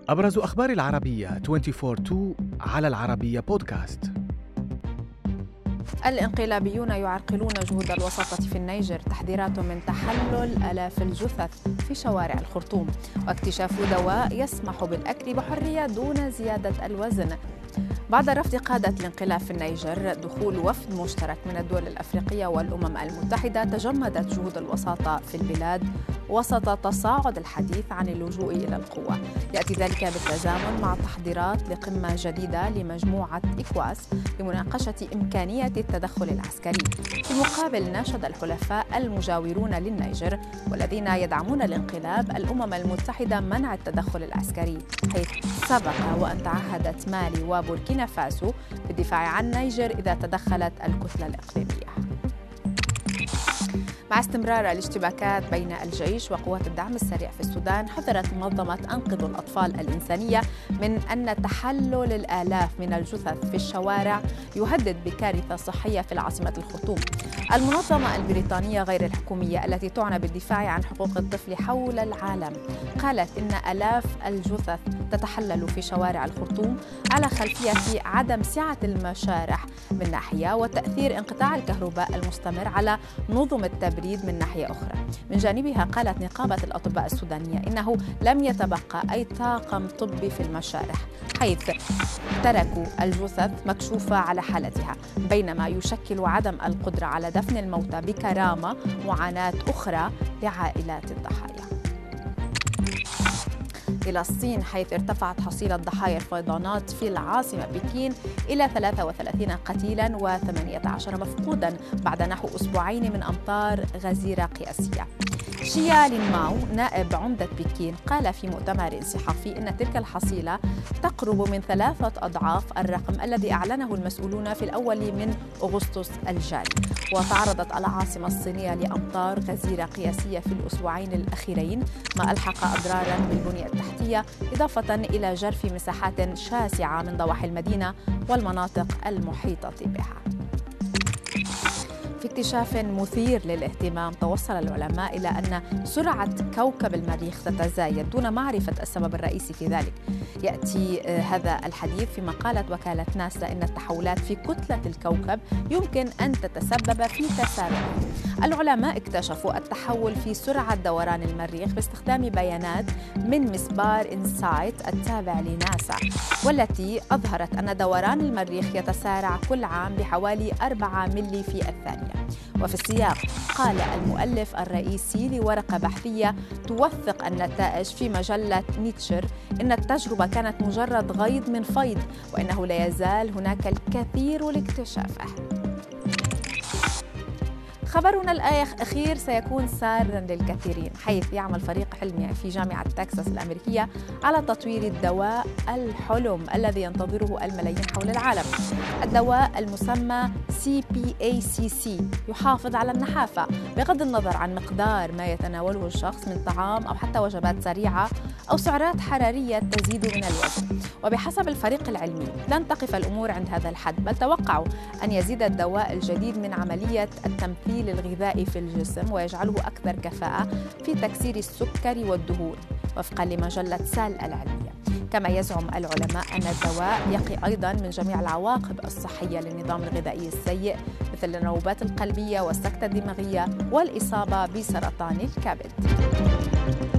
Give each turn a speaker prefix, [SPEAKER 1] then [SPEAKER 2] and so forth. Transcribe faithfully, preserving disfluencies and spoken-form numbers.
[SPEAKER 1] أبرز أخبار العربية أربعة وعشرين اثنين على العربية بودكاست.
[SPEAKER 2] الانقلابيون يعرقلون جهود الوساطة في النيجر، تحذيرات من تحلل آلاف الجثث في شوارع الخرطوم، واكتشاف دواء يسمح بالأكل بحرية دون زيادة الوزن. بعد رفض قادة الانقلاب في النيجر دخول وفد مشترك من الدول الأفريقية والأمم المتحدة، تجمدت جهود الوساطة في البلاد وسط تصاعد الحديث عن اللجوء إلى القوة. يأتي ذلك بالتزامن مع تحضيرات لقمة جديدة لمجموعة إكواس لمناقشة إمكانية التدخل العسكري. في المقابل ناشد الحلفاء المجاورون للنيجر والذين يدعمون الانقلاب الأمم المتحدة منع التدخل العسكري، حيث سبق وأن تعهدت مالي وبوركينا فاسو بالدفاع عن النيجر إذا تدخلت الكتلة الإقليمية. مع استمرار الاشتباكات بين الجيش وقوات الدعم السريع في السودان، حذرت منظمة أنقذوا الأطفال الإنسانية من أن تحلل الآلاف من الجثث في الشوارع يهدد بكارثة صحية في العاصمة الخرطوم. المنظمة البريطانية غير الحكومية التي تعنى بالدفاع عن حقوق الطفل حول العالم قالت إن آلاف الجثث تتحلل في شوارع الخرطوم على خلفية عدم سعة المشارح من ناحية وتأثير انقطاع الكهرباء المستمر على نظم التبريد من ناحية أخرى. من جانبها قالت نقابة الأطباء السودانية إنه لم يتبقى أي طاقم طبي في المشارح، حيث تركوا الجثث مكشوفة على حالتها، بينما يشكل عدم القدرة على دفن الموتى بكرامة معاناة أخرى لعائلات الضحايا. إلى الصين، حيث ارتفعت حصيلة ضحايا الفيضانات في العاصمة بكين إلى ثلاثة وثلاثين قتيلاً وثمانية عشر مفقوداً بعد نحو أسبوعين من أمطار غزيرة قياسية. شيا لينماو نائب عمدة بكين قال في مؤتمر صحفي إن تلك الحصيلة تقرب من ثلاثة أضعاف الرقم الذي أعلنه المسؤولون في الأول من أغسطس الجاري. وتعرضت العاصمة الصينية لأمطار غزيرة قياسية في الأسبوعين الأخيرين، ما ألحق أضراراً بالبنية التحتية إضافة إلى جرف مساحات شاسعة من ضواحي المدينة والمناطق المحيطة بها. في اكتشاف مثير للاهتمام، توصل العلماء إلى أن سرعة كوكب المريخ تتزايد دون معرفة السبب الرئيسي في ذلك. يأتي هذا الحديث في مقالة وكالة ناسا إن التحولات في كتلة الكوكب يمكن أن تتسبب في تسارع. العلماء اكتشفوا التحول في سرعة دوران المريخ باستخدام بيانات من مسبار إنسايت التابع لناسا، والتي أظهرت أن دوران المريخ يتسارع كل عام بحوالي أربعة ملي في الثانية. وفي السياق قال المؤلف الرئيسي لورقة بحثية توثق النتائج في مجلة نيتشر إن التجربة كانت مجرد غيض من فيض، وإنه لا يزال هناك الكثير لاكتشافه. خبرنا الأخير سيكون ساراً للكثيرين، حيث يعمل فريق علمي في جامعة تكساس الأمريكية على تطوير الدواء الحلم الذي ينتظره الملايين حول العالم. الدواء المسمى سي بي إيه سي سي يحافظ على النحافة بغض النظر عن مقدار ما يتناوله الشخص من طعام أو حتى وجبات سريعة أو سعرات حرارية تزيد من الوزن. وبحسب الفريق العلمي لن تقف الأمور عند هذا الحد، بل توقعوا أن يزيد الدواء الجديد من عملية التمثيل الغذائي في الجسم ويجعله أكثر كفاءة في تكسير السكر والدهون، وفقا لمجلة سال العلمية. كما يزعم العلماء أن الدواء يقي أيضاً من جميع العواقب الصحية للنظام الغذائي السيء، مثل النوبات القلبية والسكتة الدماغية والإصابة بسرطان الكبد.